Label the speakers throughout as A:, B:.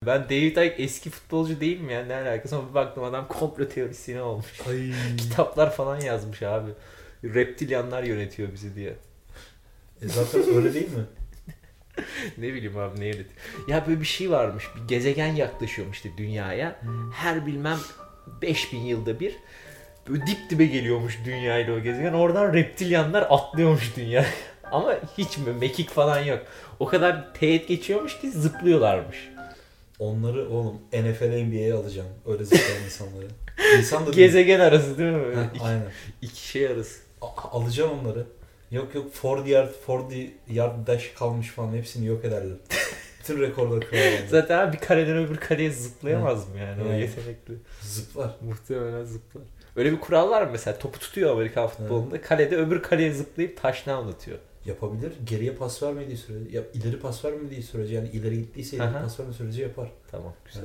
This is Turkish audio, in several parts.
A: Ben David Icke eski futbolcu değil mi ya? Ne alakası? Ama bir baktım adam komplo teorisyeni olmuş.
B: Ay.
A: Kitaplar falan yazmış abi. Reptilyanlar yönetiyor bizi diye.
B: Zaten öyle değil mi?
A: Ne bileyim abi ne yönetiyor. Ya böyle bir şey varmış. Bir gezegen yaklaşıyormuş işte dünyaya. Her bilmem 5000 yılda bir. Böyle dip dibe geliyormuş dünyayla o gezegen. Oradan reptilyanlar atlıyormuş dünya. Ama hiç mi mekik falan yok. O kadar teğet geçiyormuş ki zıplıyorlarmış.
B: Onları oğlum NFL NBA'ye alacağım. Öyle zıplayan insanları. İnsan da değil.
A: Gezegen arası değil mi? Böyle
B: Heh, aynen.
A: iki şey arası.
B: Alacağım onları. Yok 40 yard dash kalmış falan hepsini yok ederler. Bütün rekorları kırarlar.
A: Zaten abi bir kaleden öbür kaleye zıplayamaz mı yani o yetenekli?
B: Zıplar.
A: Muhtemelen zıplar. Öyle bir kural var mı mesela? Topu tutuyor Amerikan futbolunda. Kalede öbür kaleye zıplayıp touchdown atıyor.
B: Yapabilir. Geriye pas vermediği sürece, ileri pas vermediği sürece, yani ileri gittiyse ileri pas vermediği sürece yapar.
A: Tamam, güzel.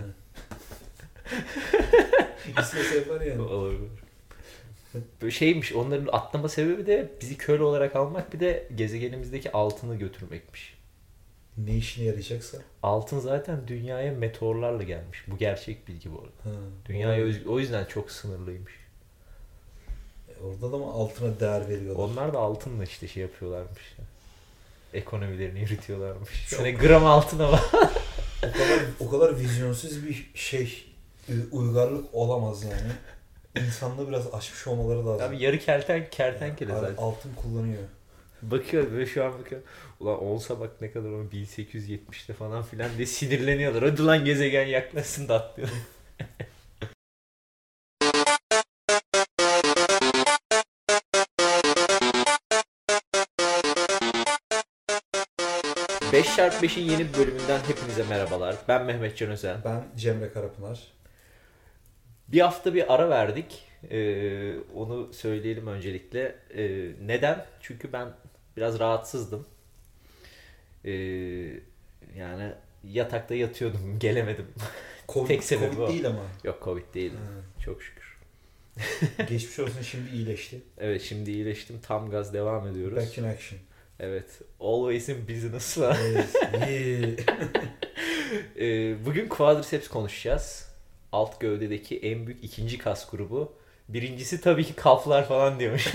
B: İstese yapar yani.
A: Olabilir. Böyle şeymiş, onların atlama sebebi de bizi köle olarak almak, bir de gezegenimizdeki altını götürmekmiş.
B: Ne işine yarayacaksa.
A: Altın zaten dünyaya meteorlarla gelmiş. Bu gerçek bilgi bu arada.
B: Ha,
A: Dünyaya o yüzden çok sınırlıymış.
B: Orada da mı altına değer veriyorlar?
A: Onlar da altınla işte şey yapıyorlarmış. Ya. Ekonomilerini yürütüyorlarmış. Çok... Yani gram altına var.
B: o kadar vizyonsuz bir şey, uygarlık olamaz yani. İnsanlığı biraz aşmış olmaları lazım.
A: Abi yarı kertenkele yani, zaten.
B: Altın kullanıyor.
A: Bakıyor ve şu an bakıyor. Ulan olsa bak ne kadar onu 1870'te falan filan diye sinirleniyorlar. Hadi lan gezegen yaklaşsın da atlıyor. 5x5'in yeni bir bölümünden hepinize merhabalar. Ben Mehmet Can Özen.
B: Ben Cemre Karapınar.
A: Bir hafta bir ara verdik. Onu söyleyelim öncelikle. Neden? Çünkü ben biraz rahatsızdım. Yani yatakta yatıyordum, gelemedim. Tek sebebi
B: Covid değil ama.
A: Yok, Covid değil. Çok şükür.
B: Geçmiş olsun, şimdi iyileşti.
A: Evet, şimdi iyileştim. Tam gaz devam ediyoruz.
B: Back in action.
A: Evet. Always in business var. Bugün quadriceps konuşacağız. Alt gövdedeki en büyük ikinci kas grubu. Birincisi tabii ki kalflar falan diyormuş.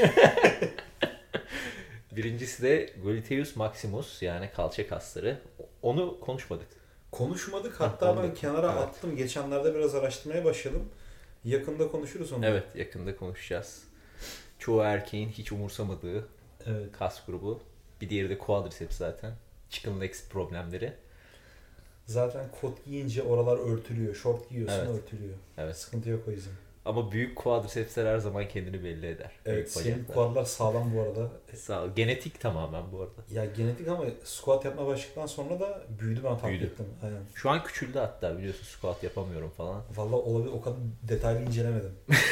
A: Birincisi de gluteus maximus, yani kalça kasları. Onu konuşmadık.
B: Hatta ben kenara attım. Geçenlerde biraz araştırmaya başladım. Yakında konuşuruz onu.
A: Evet, yakında konuşacağız. Çoğu erkeğin hiç umursamadığı kas grubu. Bir diğeri de quadriceps zaten. Chicken legs problemleri.
B: Zaten kot giyince oralar örtülüyor. Şort giyiyorsun, örtülüyor.
A: Evet.
B: Sıkıntı yok o yüzden.
A: Ama büyük quadricepsler her zaman kendini belli eder.
B: Evet, senin quadlar sağlam bu arada.
A: Genetik tamamen bu arada.
B: Ya genetik ama squat yapma başladıktan sonra da büyüdü, ben fark ettim. Aynen.
A: Şu an küçüldü hatta, biliyorsun, squat yapamıyorum falan.
B: Vallahi olabilir, o kadar detaylı incelemedim.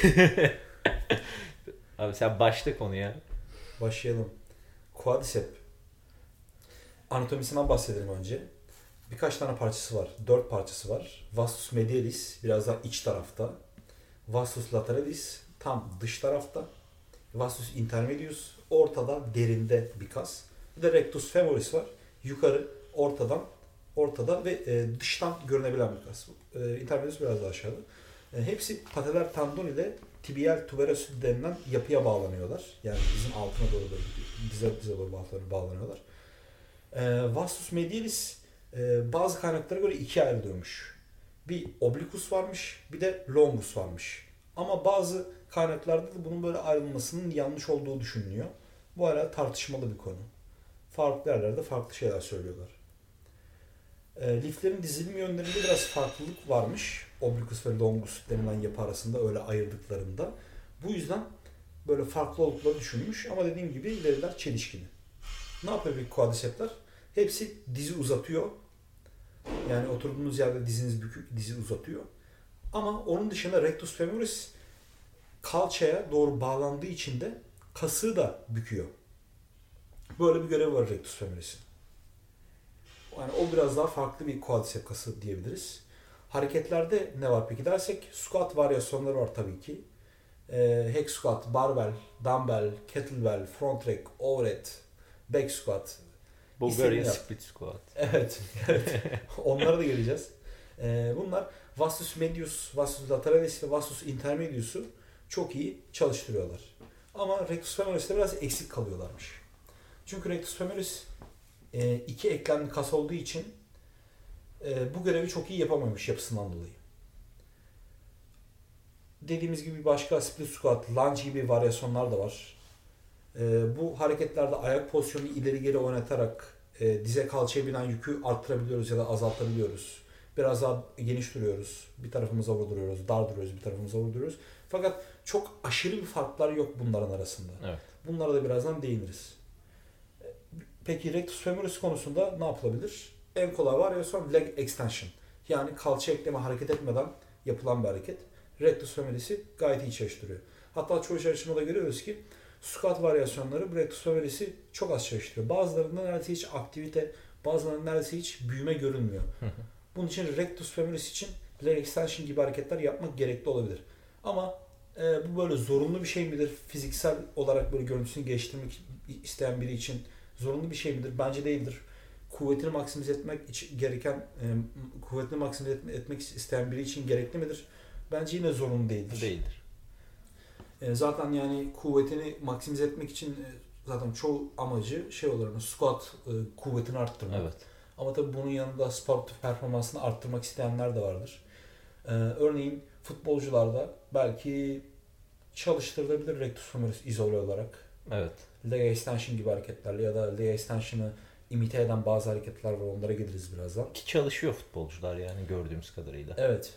A: Abi sen başla konuya.
B: Başlayalım. Quadricep. Anatomisinden bahsedelim önce. Birkaç tane parçası var. 4 parçası var. Vastus medialis biraz daha iç tarafta. Vastus lateralis tam dış tarafta. Vastus intermedius ortada, derinde bir kas. Bir de rectus femoris var. Yukarı, ortada ve dıştan görünebilen bir kas. Intermedius biraz daha aşağıda. Hepsi patellar tendon ile tibial tuberosity denilen yapıya bağlanıyorlar. Yani dizin altına doğru dize doğru bağlanıyorlar. Vastus medialis bazı kaynaklara göre ikiye ayrılıyormuş. Bir obliquus varmış, bir de longus varmış. Ama bazı kaynaklarda da bunun böyle ayrılmasının yanlış olduğu düşünülüyor. Bu hala tartışmalı bir konu. Farklı yerlerde farklı şeyler söylüyorlar. Liflerin dizilme yönlerinde biraz farklılık varmış. Obliquus ve longus denilen yapı arasında öyle ayırdıklarında. Bu yüzden böyle farklı oldukları düşünülmüş ama dediğim gibi ileriler çelişkili. Ne yapıyor bir quadricepsler? Hepsi dizi uzatıyor. Yani oturduğunuz yerde diziniz bükük, dizi uzatıyor. Ama onun dışında rectus femoris kalçaya doğru bağlandığı için de kası da büküyor. Böyle bir görev var rectus femoris'in. Yani o biraz daha farklı bir quadricep kası diyebiliriz. Hareketlerde ne var peki dersek, squat varyasyonları var tabii ki. Hack squat, barbell, dumbbell, kettlebell, front rack, overhead, back squat.
A: Bulgarian split squat.
B: Evet. Onlara da geleceğiz. Bunlar vastus medius, vastus lateralis ve vastus intermedius'u çok iyi çalıştırıyorlar. Ama rectus femoris'te biraz eksik kalıyorlarmış. Çünkü rectus femoris iki eklemli kas olduğu için bu görevi çok iyi yapamamış yapısından dolayı. Dediğimiz gibi başka split squat, lunge gibi varyasyonlar da var. Bu hareketlerde ayak pozisyonunu ileri geri oynatarak dize kalçaya binen yükü arttırabiliyoruz ya da azaltabiliyoruz. Biraz daha geniş duruyoruz. Bir tarafımıza vurduruyoruz, dar duruyoruz, bir tarafımıza vurduruyoruz. Fakat çok aşırı bir farklar yok bunların arasında.
A: Evet.
B: Bunlara da birazdan değiniriz. Peki rectus femoris konusunda ne yapılabilir? En kolay varyasyon leg extension. Yani kalça eklemi hareket etmeden yapılan bir hareket. Rectus femoris'i gayet iyi çalıştırıyor. Hatta çoğu çalışmada görüyoruz ki squat varyasyonları rectus femoris'i çok az çalıştırıyor. Bazılarında neredeyse hiç aktivite, bazılarında neredeyse hiç büyüme görünmüyor. Bunun için rectus femoris için leg extension gibi hareketler yapmak gerekli olabilir. Ama bu böyle zorunlu bir şey midir? Fiziksel olarak böyle görüntüsünü geliştirmek isteyen biri için zorunlu bir şey midir? Bence değildir. Kuvvetini maksimize etmek için gereken, kuvvetini maksimize etmek isteyen biri için gerekli midir? Bence yine zorunlu değildir.
A: Değildir.
B: Zaten yani kuvvetini maksimize etmek için zaten çoğu amacı şey olarak squat kuvvetini arttırmak.
A: Evet.
B: Ama tabii bunun yanında sportif performansını arttırmak isteyenler de vardır. Örneğin futbolcularda belki çalıştırılabilir rectus femoris izole olarak.
A: Evet.
B: Leg extension gibi hareketlerle ya da leg extension'ı imite eden bazı hareketler var. Onlara geliriz birazdan.
A: Ki çalışıyor futbolcular yani gördüğümüz kadarıyla.
B: Evet.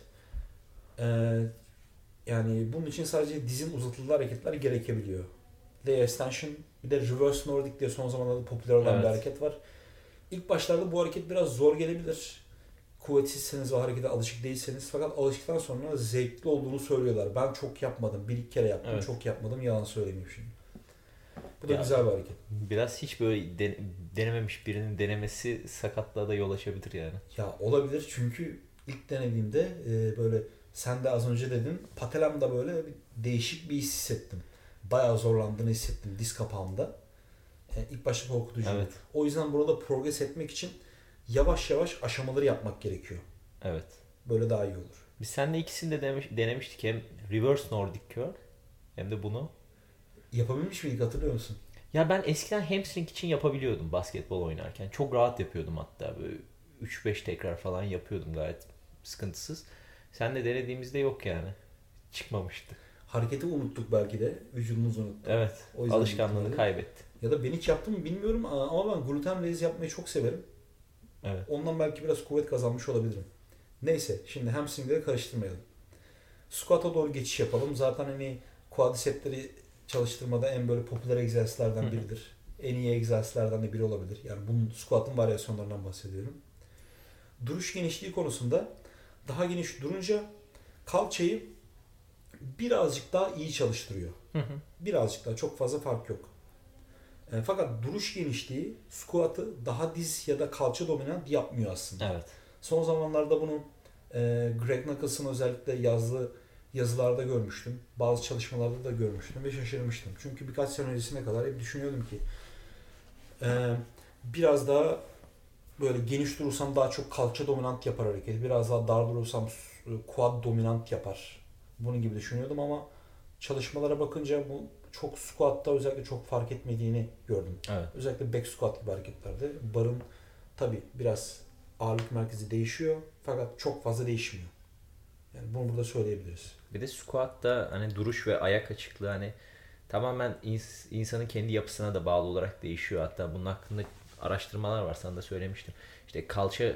B: Yani bunun için sadece dizin uzatıldığı hareketler gerekebiliyor. Leg extension, bir de reverse nordic diye son zamanlarda popüler olan bir hareket var. İlk başlarda bu hareket biraz zor gelebilir. Kuvvetsizseniz ve harekete alışık değilseniz. Fakat alıştıktan sonra zevkli olduğunu söylüyorlar. Ben çok yapmadım. Bir iki kere yaptım. Evet. Çok yapmadım. Yalan söylemeyeyim şimdi. Bu da güzel bir hareket.
A: Biraz hiç böyle denememiş birinin denemesi sakatlığa da yol açabilir yani.
B: Ya olabilir çünkü ilk denediğimde böyle sen de az önce dedin patelamda böyle bir değişik bir his hissettim. Bayağı zorlandığını hissettim diz kapağımda. İlk başta korkutucu.
A: Evet.
B: O yüzden burada progres etmek için yavaş yavaş aşamaları yapmak gerekiyor.
A: Evet.
B: Böyle daha iyi olur.
A: Biz seninle ikisini de denemiştik. Hem reverse Nordic curl hem de bunu.
B: Yapabilmiş miydik hatırlıyor musun?
A: Ya ben eskiden hamstring için yapabiliyordum basketbol oynarken. Çok rahat yapıyordum hatta. Böyle 3-5 tekrar falan yapıyordum gayet sıkıntısız. Sen de denediğimizde yok yani. Çıkmamıştı.
B: Hareketi unuttuk belki de. Vücudumuz unuttu.
A: Evet. Alışkanlığını kaybetti.
B: Ya da ben hiç yaptım mı bilmiyorum ama ben gluten raise yapmayı çok severim.
A: Evet.
B: Ondan belki biraz kuvvet kazanmış olabilirim. Neyse şimdi hamstringleri karıştırmayalım. Squat'a doğru geçiş yapalım. Zaten hani quadricepsleri çalıştırmada en böyle popüler egzersizlerden biridir. En iyi egzersizlerden de biri olabilir. Yani bunun squat'ın varyasyonlarından bahsediyorum. Duruş genişliği konusunda daha geniş durunca kalçayı birazcık daha iyi çalıştırıyor. Birazcık daha, çok fazla fark yok. Fakat duruş genişliği squat'ı daha diz ya da kalça dominant yapmıyor aslında.
A: Evet.
B: Son zamanlarda bunu Greg Knuckles'ın özellikle yazdığı yazılarda görmüştüm. Bazı çalışmalarda da görmüştüm ve şaşırmıştım. Çünkü birkaç sene öncesine kadar hep düşünüyordum ki biraz daha böyle geniş durursam daha çok kalça dominant yapar hareketi. Biraz daha dar durursam quad dominant yapar. Bunun gibi düşünüyordum ama çalışmalara bakınca bu çok squat'ta özellikle çok fark etmediğini gördüm.
A: Evet.
B: Özellikle back squat gibi hareketlerde barın tabi biraz ağırlık merkezi değişiyor fakat çok fazla değişmiyor. Yani bunu burada söyleyebiliriz.
A: Bir de squat'ta hani duruş ve ayak açıklığı hani tamamen insanın kendi yapısına da bağlı olarak değişiyor. Hatta bunun hakkında araştırmalar var, sana da söylemiştim. İşte kalça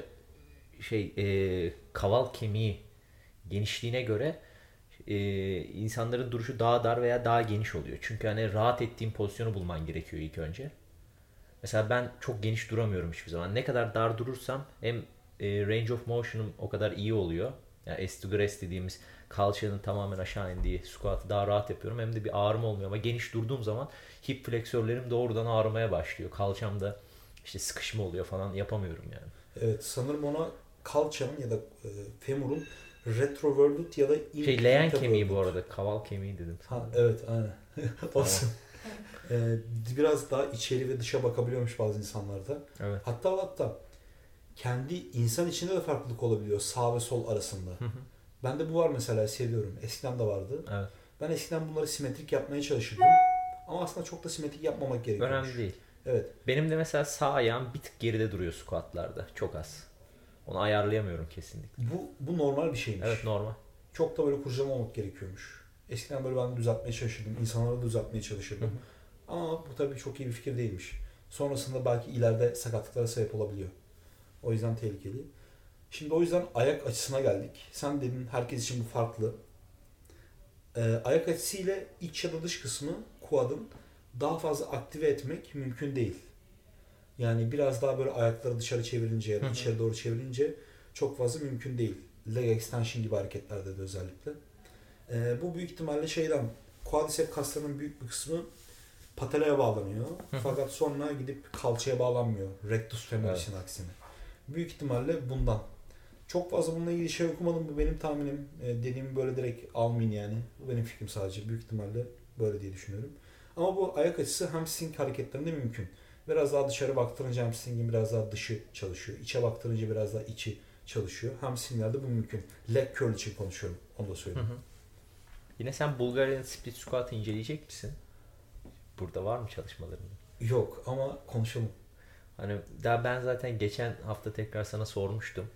A: kaval kemiği genişliğine göre insanların duruşu daha dar veya daha geniş oluyor. Çünkü hani rahat ettiğin pozisyonu bulman gerekiyor ilk önce. Mesela ben çok geniş duramıyorum hiçbir zaman. Ne kadar dar durursam hem range of motion'um o kadar iyi oluyor. Yani S to grace dediğimiz kalçanın tamamen aşağı indiği squat'ı daha rahat yapıyorum. Hem de bir ağrım olmuyor ama geniş durduğum zaman hip fleksörlerim doğrudan ağrımaya başlıyor. Kalçamda işte sıkışma oluyor falan, yapamıyorum yani.
B: Evet, sanırım ona kalçanın ya da femurun retroverted ya da
A: leğen kemiği bu arada. Kaval kemiği dedim.
B: Ha, evet aynen. Olsun. Biraz daha içeri ve dışa bakabiliyormuş bazı insanlarda.
A: Evet.
B: Hatta kendi insan içinde de farklılık olabiliyor sağ ve sol arasında.
A: Hı hı.
B: Bende bu var mesela, seviyorum. Eskiden de vardı.
A: Evet.
B: Ben eskiden bunları simetrik yapmaya çalışırdım. Ama aslında çok da simetrik yapmamak gerekiyormuş.
A: Önemli değil.
B: Evet.
A: Benim de mesela sağ ayağım bir tık geride duruyor squatlarda. Çok az. Onu ayarlayamıyorum kesinlikle.
B: Bu normal bir şeymiş.
A: Evet, normal.
B: Çok da böyle kurcalamamak gerekiyormuş. Eskiden böyle ben de düzeltmeye çalışırdım. İnsanları da düzeltmeye çalışırdım. Ama bu tabii çok iyi bir fikir değilmiş. Sonrasında belki ileride sakatlıklara sebep olabiliyor. O yüzden tehlikeli. Şimdi o yüzden ayak açısına geldik. Sen dedin herkes için bu farklı. Ayak açısı ile iç ya da dış kısmı quad'ın daha fazla aktive etmek mümkün değil. Yani biraz daha böyle ayakları dışarı çevirince ya da içeri doğru çevirince çok fazla mümkün değil. Leg extension gibi hareketlerde de özellikle. Bu büyük ihtimalle quadriceps kaslarının büyük bir kısmı patelaya bağlanıyor. Fakat sonra gidip kalçaya bağlanmıyor. Rectus femoris'in aksine. Büyük ihtimalle bundan. Çok fazla bununla ilgili şey okumadım. Bu benim tahminim. Dediğimi böyle direkt almayın yani. Bu benim fikrim sadece. Büyük ihtimalle böyle diye düşünüyorum. Ama bu ayak açısı hamstring hareketlerinde mümkün. Biraz daha dışarı baktırınca hamstringin biraz daha dışı çalışıyor. İçe baktırınca biraz daha içi çalışıyor. Hamstringlerde bu mümkün. Leg curl için konuşuyorum. Onu da söyleyeyim.
A: Yine sen Bulgarian Split Squat'ı inceleyecek misin? Burada var mı çalışmaların?
B: Yok ama konuşalım.
A: Hani daha ben zaten geçen hafta tekrar sana sormuştum.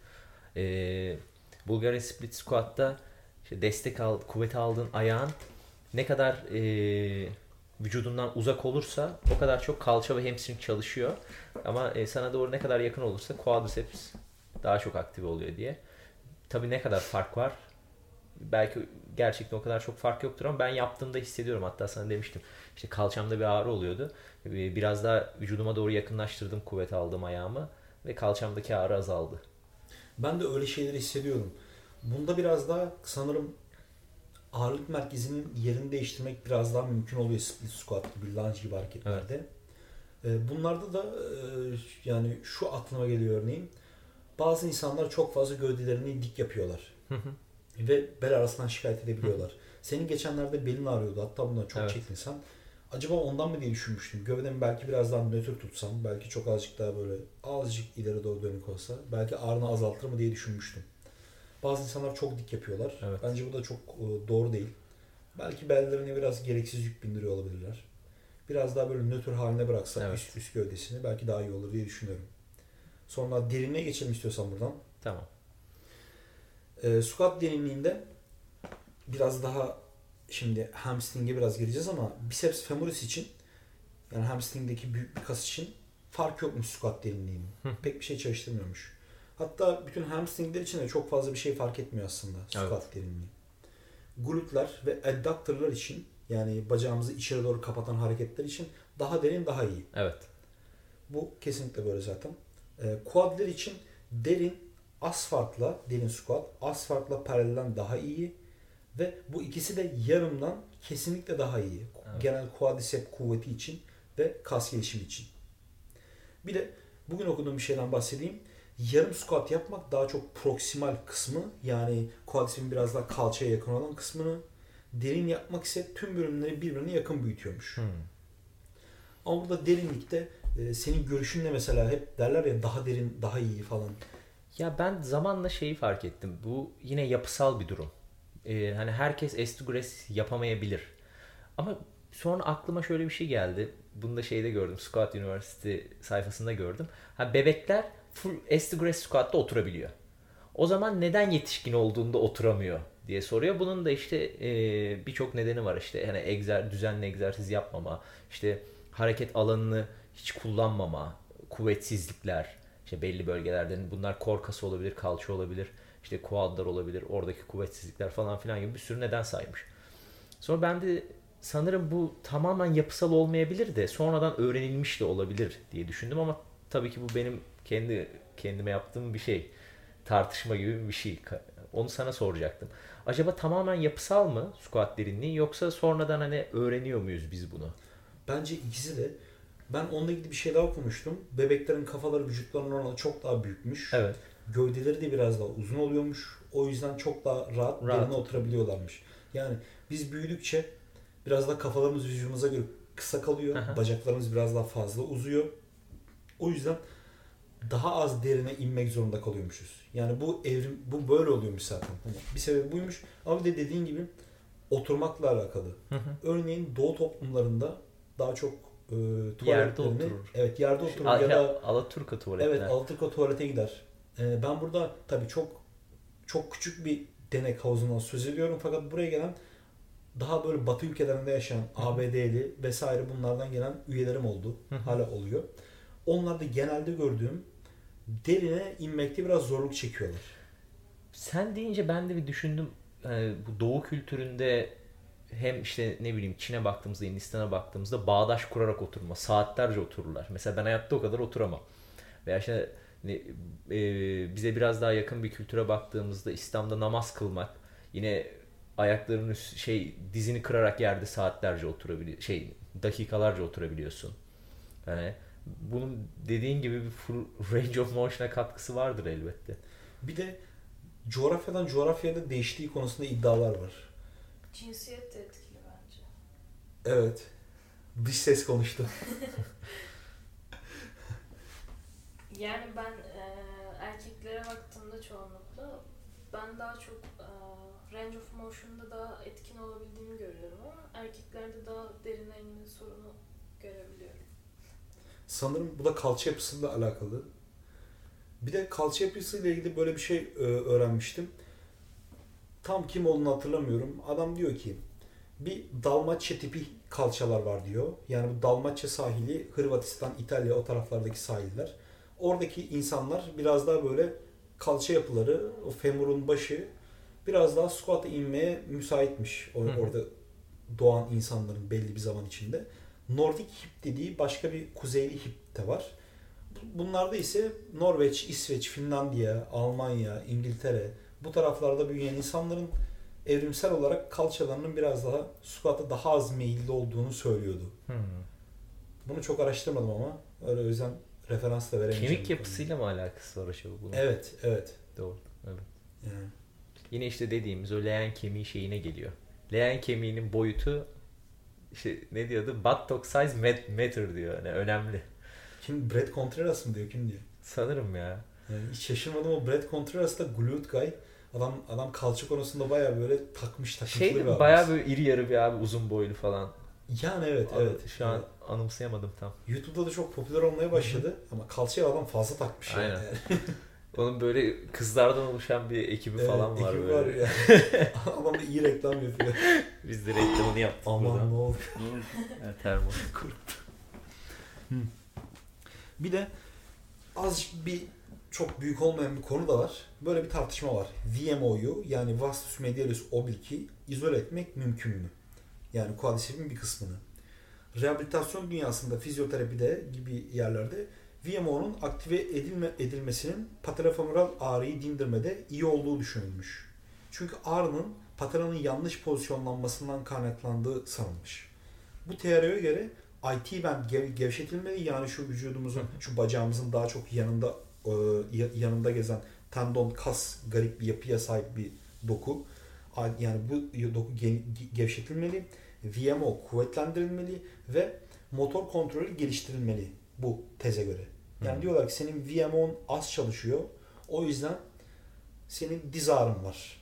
A: Bulgarian Split Squat'ta işte kuvveti aldığın ayağın ne kadar vücudundan uzak olursa o kadar çok kalça ve hamstring çalışıyor. Ama sana doğru ne kadar yakın olursa quadriceps daha çok aktive oluyor diye. Tabii ne kadar fark var? Belki gerçekten o kadar çok fark yoktur ama ben yaptığımda hissediyorum. Hatta sana demiştim. İşte kalçamda bir ağrı oluyordu. Biraz daha vücuduma doğru yakınlaştırdım kuvvet aldığım ayağımı ve kalçamdaki ağrı azaldı.
B: Ben de öyle şeyleri hissediyorum. Bunda biraz daha sanırım ağırlık merkezinin yerini değiştirmek biraz daha mümkün oluyor split squat gibi, lunge gibi hareketlerde. Evet. Bunlarda da yani şu aklıma geliyor örneğin. Bazı insanlar çok fazla gövdelerini dik yapıyorlar. Ve bel arasından şikayet edebiliyorlar. Senin geçenlerde belin ağrıyordu. Hatta bundan çok çektin sen. Acaba ondan mı diye düşünmüştüm. Gövdemi belki biraz daha nötr tutsam, belki çok azıcık daha böyle azıcık ileri doğru dönük olsa, belki ağrını azaltır mı diye düşünmüştüm. Bazı insanlar çok dik yapıyorlar.
A: Evet.
B: Bence bu da çok doğru değil. Belki bellerine biraz gereksiz yük bindiriyor olabilirler. Biraz daha böyle nötr haline bıraksak üst gövdesini belki daha iyi olur diye düşünüyorum. Sonra derinliğe geçelim istiyorsan buradan.
A: Tamam.
B: Squat derinliğinde biraz daha şimdi hamstring'e biraz gireceğiz ama biceps femoris için, yani hamstring'deki büyük bir kas için fark yokmuş squat derinliğinin. Pek bir şey çalıştırmıyormuş. Hatta bütün hamstringler için de çok fazla bir şey fark etmiyor aslında squat derinliği. Glutler ve adductorlar için, yani bacağımızı içeri doğru kapatan hareketler için daha derin, daha iyi.
A: Evet.
B: Bu kesinlikle böyle zaten. Quadler için derin squat asfaltla paralelden daha iyi ve bu ikisi de yarımdan kesinlikle daha iyi. Evet. Genel quadriceps kuvveti için ve kas gelişimi için. Bir de bugün okuduğum bir şeyden bahsedeyim. Yarım squat yapmak daha çok proksimal kısmı, yani quadriceps'in biraz daha kalçaya yakın olan kısmını, derin yapmak ise tüm bölümleri birbirine yakın büyütüyormuş. Ama burada derinlikte senin görüşün ne mesela? Hep derler ya daha derin, daha iyi falan.
A: Ya ben zamanla şeyi fark ettim. Bu yine yapısal bir durum. Hani herkes S2 yapamayabilir. Ama sonra aklıma şöyle bir şey geldi. Bunu da şeyde gördüm. Squat University sayfasında gördüm. Bebekler full S2 squat'ta oturabiliyor. O zaman neden yetişkin olduğunda oturamıyor diye soruyor. Bunun da işte birçok nedeni var. İşte yani düzenli egzersiz yapmama, işte hareket alanını hiç kullanmama, kuvvetsizlikler, işte belli bölgelerde bunlar kor kası olabilir, kalça olabilir, işte quadlar olabilir, oradaki kuvvetsizlikler falan filan gibi bir sürü neden saymış. Sonra ben de sanırım bu tamamen yapısal olmayabilir de sonradan öğrenilmiş de olabilir diye düşündüm ama tabii ki bu benim kendime yaptığım bir şey. Tartışma gibi bir şey. Onu sana soracaktım. Acaba tamamen yapısal mı squat derinliği, yoksa sonradan hani öğreniyor muyuz biz bunu?
B: Bence ikisi de. Ben onunla ilgili bir şey daha okumuştum. Bebeklerin kafaları vücutlarının oranla çok daha büyükmüş.
A: Evet.
B: Gövdeleri de biraz daha uzun oluyormuş. O yüzden çok daha rahat derine oturabiliyorlarmış. Yani biz büyüdükçe biraz da kafalarımız vücudumuza göre kısa kalıyor. Bacaklarımız biraz daha fazla uzuyor. O yüzden daha az derine inmek zorunda kalıyormuşuz. Yani bu evrim, bu böyle oluyormuş zaten. Hani bir sebebi buymuş. Ama bir de dediğin gibi oturmakla alakalı. Örneğin Doğu toplumlarında daha çok
A: Yerde
B: tuvaletlerini
A: oturur.
B: evet yerde oturur ya da
A: Alaturka tuvaletler.
B: evet Alaturka tuvalete gider. Ben burada tabii çok küçük bir denek havuzundan söz ediyorum fakat buraya gelen daha böyle Batı ülkelerinde yaşayan ABD'li vesaire bunlardan gelen üyelerim oldu. Hala oluyor. Onlar da genelde gördüğüm derine inmekte biraz zorluk çekiyorlar.
A: Sen deyince ben de bir düşündüm. Yani bu Doğu kültüründe hem işte ne bileyim Çin'e baktığımızda, Hindistan'a baktığımızda bağdaş kurarak oturma. Saatlerce otururlar. Mesela ben hayatta o kadar oturamam. Veya işte bize biraz daha yakın bir kültüre baktığımızda İslam'da namaz kılmak, yine ayaklarının dizini kırarak yerde saatlerce oturabiliyor, dakikalarca oturabiliyorsun. Yani bunun dediğin gibi bir full range of motion'a katkısı vardır elbette.
B: Bir de coğrafyadan coğrafyaya da değiştiği konusunda iddialar var.
C: Cinsiyet de etkili bence.
B: Evet. Dış ses konuştu.
C: Yani ben erkeklere baktığımda çoğunlukla ben daha çok range of motion'da daha etkin olabildiğini görüyorum ama erkeklerde daha derine inme sorunu görebiliyorum.
B: Sanırım bu da kalça yapısıyla alakalı. Bir de kalça yapısıyla ilgili böyle bir şey öğrenmiştim. Tam kim olduğunu hatırlamıyorum. Adam diyor ki bir Dalmaçya tipi kalçalar var diyor. Yani bu Dalmaçya sahili, Hırvatistan, İtalya o taraflardaki sahiller. Oradaki insanlar biraz daha böyle kalça yapıları, o femurun başı biraz daha squat'a inmeye müsaitmiş. Orada doğan insanların belli bir zaman içinde. Nordik hip dediği başka bir kuzeyli hip de var. Bunlarda ise Norveç, İsveç, Finlandiya, Almanya, İngiltere bu taraflarda büyüyen insanların evrimsel olarak kalçalarının biraz daha squat'a daha az meyilli olduğunu söylüyordu. Bunu çok araştırmadım ama öyle o yüzden referans da veremeyeceğim.
A: Kemik yapısıyla mı alakası var acaba bunun?
B: Evet, evet.
A: Doğru. Evet.
B: Yani.
A: Yine işte dediğimiz o leğen kemiği şeyine geliyor. Leğen kemiğinin boyutu işte ne diyordu? Buttock size matter diyor. Yani önemli.
B: Kim? Brad Contreras mı diyor? Kim diyor?
A: Sanırım ya.
B: Yani hiç şaşırmadım, o Brad Contreras da glute guy. Adam kalça konusunda bayağı böyle takıntılı bir abi.
A: Bayağı böyle iri yarı bir abi, uzun boylu falan.
B: Yani evet.
A: Şu an anımsayamadım tam.
B: YouTube'da da çok popüler olmaya başladı ama kalçaya adam fazla takmış.
A: Aynen.
B: Yani.
A: Onun böyle kızlardan oluşan bir ekibi falan var
B: ekibi
A: böyle.
B: var ya. Adam da iyi reklam yapıyor.
A: Biz de reklamını yaptık.
B: Aman ne oldu?
A: Evet, termos.
B: Bir de azıcık bir çok büyük olmayan bir konu da var. Böyle bir tartışma var. VMO'yu yani vastus medialis obliqui izole etmek mümkün mü? Yani quadriceps'in bir kısmını. Rehabilitasyon dünyasında, fizyoterapide gibi yerlerde VMO'nun aktive edilmesinin patellofemoral ağrıyı dindirmede iyi olduğu düşünülmüş. Çünkü ağrının patelanın yanlış pozisyonlanmasından kaynaklandığı sanılmış. Bu teoriye göre IT band gevşetilmeli, yani şu vücudumuzun, şu bacağımızın daha çok yanında gezen tendon, kas, garip bir yapıya sahip bir doku. Yani bu doku gevşetilmeli, VMO kuvvetlendirilmeli ve motor kontrolü geliştirilmeli bu teze göre. Yani diyorlar ki senin VMO'un az çalışıyor, o yüzden senin diz ağrın var.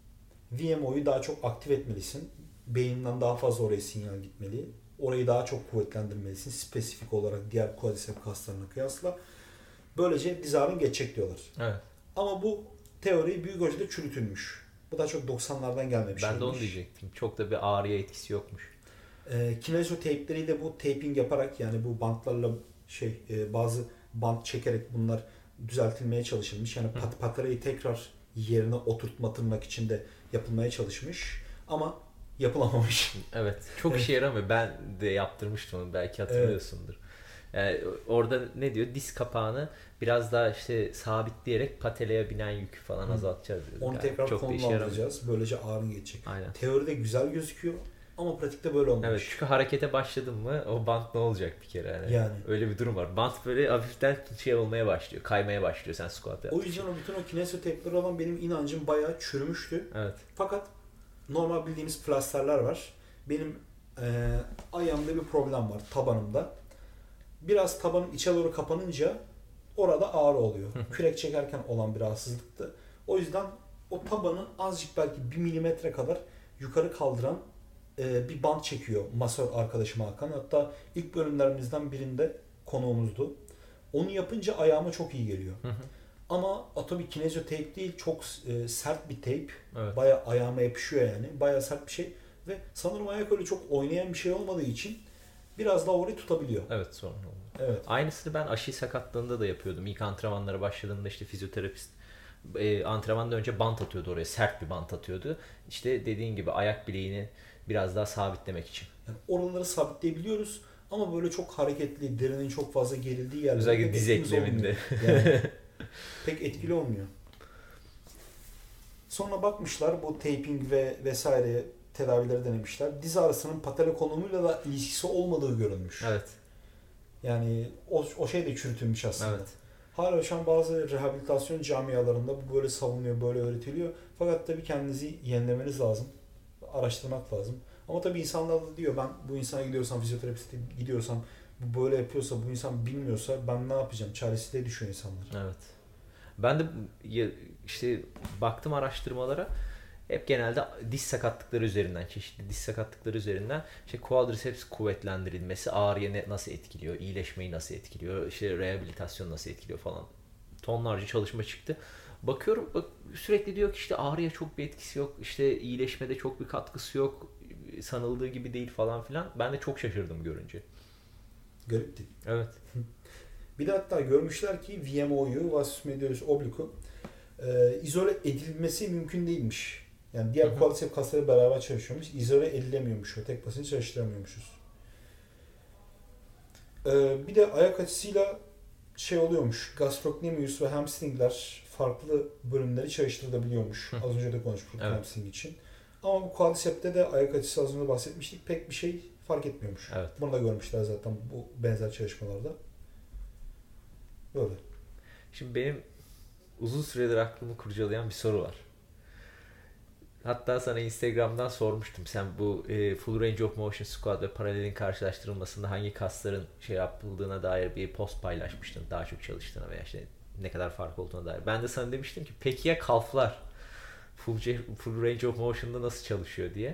B: VMO'yu daha çok aktif etmelisin. Beyninden daha fazla oraya sinyal gitmeli. Orayı daha çok kuvvetlendirmelisin. Spesifik olarak diğer quadriceps kaslarına kıyasla. Böylece diz ağrın geçecek diyorlar.
A: Evet.
B: Ama bu teori büyük ölçüde çürütülmüş. Bu da çok 90'lardan gelmemiş.
A: Ben de onu diyecektim. Çok da bir ağrıya etkisi yokmuş.
B: Kinezo teypleriyle bu taping yaparak, yani bu bantlarla bazı bant çekerek bunlar düzeltilmeye çalışılmış. Yani patarayı tekrar yerine oturtma tırnak içinde yapılmaya çalışmış. Ama yapılamamış.
A: Evet. Çok işe yaramıyor. Ben de yaptırmıştım onu. Belki hatırlıyorsundur. Evet. Yani orada ne diyor? Diz kapağını biraz daha işte sabitleyerek pateleye binen yükü falan azaltacağız diyor.
B: Onu
A: yani
B: tekrar
A: çok
B: konumlandıracağız. Böylece ağrın geçecek.
A: Aynen.
B: Teoride güzel gözüküyor ama pratikte böyle olmuş.
A: Evet, çünkü harekete başladın mı o bant ne olacak bir kere yani. Öyle bir durum var. Bant böyle hafiften olmaya başlıyor. Kaymaya başlıyor sen squat yaptığın.
B: O yüzden o bütün o kinesotepleri olan benim inancım bayağı çürümüştü.
A: Evet.
B: Fakat normal bildiğimiz plasterler var. Benim ayağımda bir problem var, tabanımda. Biraz tabanın içe doğru kapanınca orada ağrı oluyor. Kürek çekerken olan bir rahatsızlıktı. O yüzden o tabanı azıcık belki 1 milimetre kadar yukarı kaldıran bir bant çekiyor masör arkadaşım Hakan. Hatta ilk bölümlerimizden birinde konuğumuzdu. Onu yapınca ayağıma çok iyi geliyor. Ama tabii kinezio tape değil, çok sert bir tape.
A: Evet.
B: Bayağı ayağıma yapışıyor yani. Bayağı sert bir şey. Ve sanırım ayak öyle çok oynayan bir şey olmadığı için biraz daha orayı tutabiliyor.
A: Evet, sorun oldu.
B: Evet.
A: Aynısını ben Aşil sakatlığında da yapıyordum. İlk antrenmanlara başladığımda işte fizyoterapist antrenmandan önce bant atıyordu oraya. Sert bir bant atıyordu. İşte dediğin gibi ayak bileğini biraz daha sabitlemek için.
B: Yani oraları sabitleyebiliyoruz ama böyle çok hareketli, derinin çok fazla gerildiği yerlerde
A: özellikle diz ekleminde.
B: Yani pek etkili olmuyor. Sonra bakmışlar bu taping ve vesaire tedavileri denemişler. Diz ağrısının patella konumuyla da ilişkisi olmadığı görülmüş.
A: Evet.
B: Yani o şey de çürütülmüş aslında.
A: Evet.
B: Hala şu an bazı rehabilitasyon camialarında bu böyle savunuyor, böyle öğretiliyor. Fakat tabii kendinizi yenilemeniz lazım. Araştırmak lazım. Ama tabii insanlar da diyor, ben bu insana gidiyorsam, fizyoterapiste gidiyorsam, bu böyle yapıyorsa, bu insan bilmiyorsa ben ne yapacağım? Çaresizliğe düşüyor insanlar.
A: Evet. Ben de işte baktım araştırmalara, hep genelde diz sakatlıkları üzerinden, çeşitli diz sakatlıkları üzerinden işte quadriceps kuvvetlendirilmesi ağrıya nasıl etkiliyor, iyileşmeyi nasıl etkiliyor, işte rehabilitasyon nasıl etkiliyor falan. Tonlarca çalışma çıktı. Bakıyorum sürekli diyor ki işte ağrıya çok bir etkisi yok, işte iyileşmede çok bir katkısı yok, sanıldığı gibi değil falan filan. Ben de çok şaşırdım görünce.
B: Garipti.
A: Evet.
B: Bir de hatta görmüşler ki VMO'yu, vastus medialis obliquu izole edilmesi mümkün değilmiş. Yani diğer quadriceps kasları beraber çalışıyormuş. İzole edilemiyormuş. Tek başına çalıştıramıyormuşuz. Bir de ayak açısıyla şey oluyormuş. Gastrocnemius ve hamstringler farklı bölümleri çalıştırılabiliyormuş. Az önce de konuşmuştuk hamstring için. Ama bu quadriceps'te de ayak açısı az önce bahsetmiştik. Pek bir şey fark etmiyormuş.
A: Evet.
B: Bunu da görmüşler zaten bu benzer çalışmalarda. Böyle.
A: Şimdi benim uzun süredir aklımı kurcalayan bir soru var. Hatta sana Instagram'dan sormuştum. Sen bu full range of motion squat ve paralelin karşılaştırılmasında hangi kasların şey yapıldığına dair bir post paylaşmıştın. Daha çok çalıştığına veya işte ne kadar fark olduğuna dair. Ben de sana demiştim ki peki ya kalflar full range of motion'da nasıl çalışıyor diye.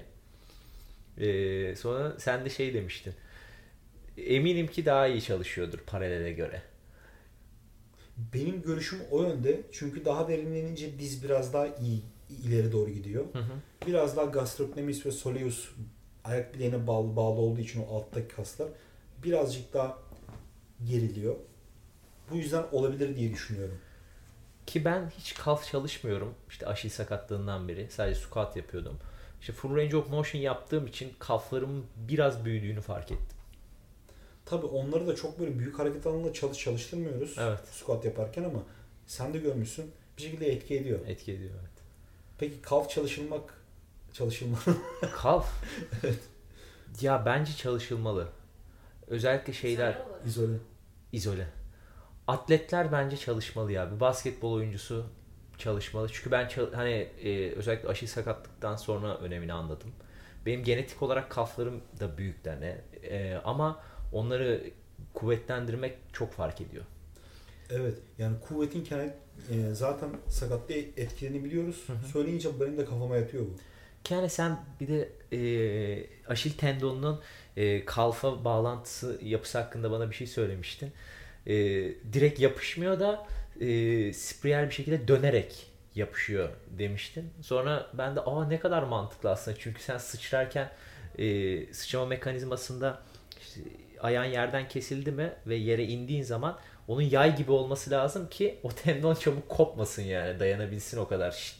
A: Sonra sen de şey demiştin. Eminim ki daha iyi çalışıyordur paralele göre.
B: Benim görüşüm o yönde. Çünkü daha derinlenince diz biraz daha iyi ileri doğru gidiyor. Biraz daha gastrocnemius ve soleus ayak bileğine bağlı olduğu için o alttaki kaslar birazcık daha geriliyor. Bu yüzden olabilir diye düşünüyorum.
A: Ki ben hiç kalf çalışmıyorum. İşte Aşil sakatlığından beri. Sadece squat yapıyordum. İşte full range of motion yaptığım için kalflarımın biraz büyüdüğünü fark ettim.
B: Tabii onları da çok böyle büyük hareket alanında çalıştırmıyoruz.
A: Evet.
B: Squat yaparken ama sen de görmüşsün. Bir şekilde etki ediyor.
A: Etki ediyor, evet.
B: Peki kalf çalışılmalı.
A: Kalf? Evet. Ya bence çalışılmalı. Özellikle şeyler izole. Atletler bence çalışmalı ya. Bir basketbol oyuncusu çalışmalı. Çünkü ben özellikle Aşil sakatlıktan sonra önemini anladım. Benim genetik olarak kalflarım da büyükler ama onları kuvvetlendirmek çok fark ediyor.
B: Evet. Yani kuvvetin zaten sakatlığı etkilerini biliyoruz. Söyleyince benim de kafama yatıyor bu.
A: Yani sen bir de Aşil tendonunun kalfa bağlantısı yapısı hakkında bana bir şey söylemiştin. Direkt yapışmıyor da spiral bir şekilde dönerek yapışıyor demiştin. Sonra ben de ne kadar mantıklı aslında. Çünkü sen sıçrarken sıçrama mekanizmasında işte, ayağın yerden kesildi mi ve yere indiğin zaman onun yay gibi olması lazım ki o tendon çabuk kopmasın, yani dayanabilsin o kadar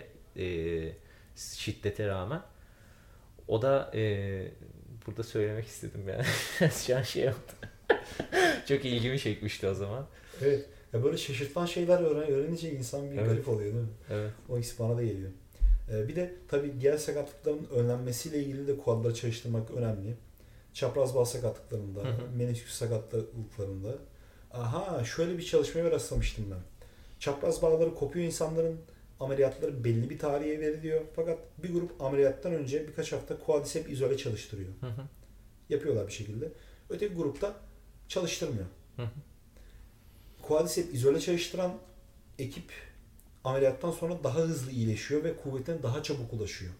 A: şiddete rağmen. O da burada söylemek istedim yani. Şu an şey yaptı. Çok ilgimi çekmişti o zaman.
B: Evet. Ya böyle şaşırtan şeyler öğrenince insan bir garip oluyor değil mi?
A: Evet.
B: O his bana da geliyor. Bir de tabii diğer sakatlıkların önlenmesiyle ilgili de quadları çalıştırmak önemli. Çapraz bağ sakatlıklarında, menisküs sakatlıklarında. Şöyle bir çalışmaya rastlamıştım ben. Çapraz bağları kopuyor insanların, ameliyatları belli bir tarihe veriliyor. Fakat bir grup ameliyattan önce birkaç hafta quadriceps izole çalıştırıyor. Yapıyorlar bir şekilde. Öteki grupta çalıştırmıyor. quadriceps izole çalıştıran ekip ameliyattan sonra daha hızlı iyileşiyor ve kuvvetine daha çabuk ulaşıyor.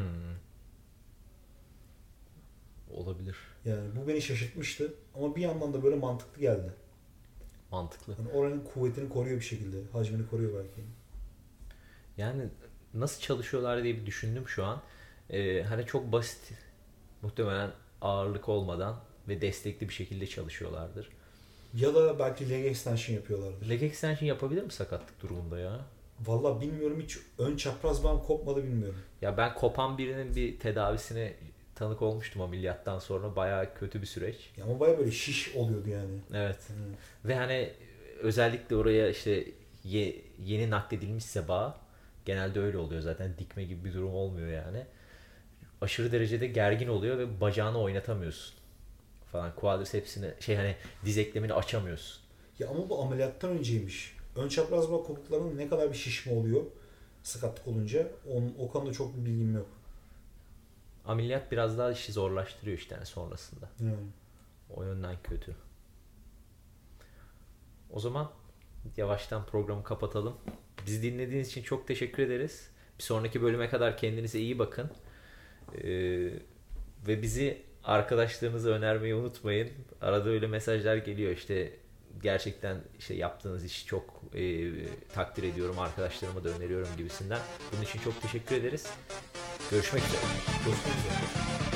A: Olabilir.
B: Yani bu beni şaşırtmıştı ama bir yandan da böyle mantıklı geldi.
A: Mantıklı.
B: Yani oranın kuvvetini koruyor bir şekilde. Hacmini koruyor belki.
A: Yani nasıl çalışıyorlar diye bir düşündüm şu an. Hani çok basit, muhtemelen ağırlık olmadan ve destekli bir şekilde çalışıyorlardır.
B: Ya da belki leg extension yapıyorlardır.
A: Leg extension yapabilir mi sakatlık durumunda ya?
B: Vallahi bilmiyorum, hiç ön çapraz bağım kopmadı bilmiyorum.
A: Ya ben kopan birinin bir tedavisine tanık olmuştum ameliyattan sonra. Bayağı kötü bir süreç.
B: Ya ama baya böyle şiş oluyordu yani.
A: Evet. Ve hani özellikle oraya işte yeni nakledilmişse bağ, genelde öyle oluyor zaten, dikme gibi bir durum olmuyor yani. Aşırı derecede gergin oluyor ve bacağını oynatamıyorsun falan. Quadriceps'ini hani diz eklemini açamıyorsun.
B: Ya ama bu ameliyattan önceymiş. Ön çapraz bağ kopuklarının ne kadar bir şişme oluyor sakatlık olunca, o konuda çok bir bilgim yok.
A: Ameliyat biraz daha işi zorlaştırıyor işte yani sonrasında.
B: Yani.
A: O yönden kötü. O zaman yavaştan programı kapatalım. Bizi dinlediğiniz için çok teşekkür ederiz. Bir sonraki bölüme kadar kendinize iyi bakın. Ve bizi arkadaşlarınıza önermeyi unutmayın. Arada öyle mesajlar geliyor işte, gerçekten işte yaptığınız işi çok takdir ediyorum, arkadaşlarıma da öneriyorum gibisinden. Bunun için çok teşekkür ederiz. Görüşmek üzere.
B: Görüşmek üzere.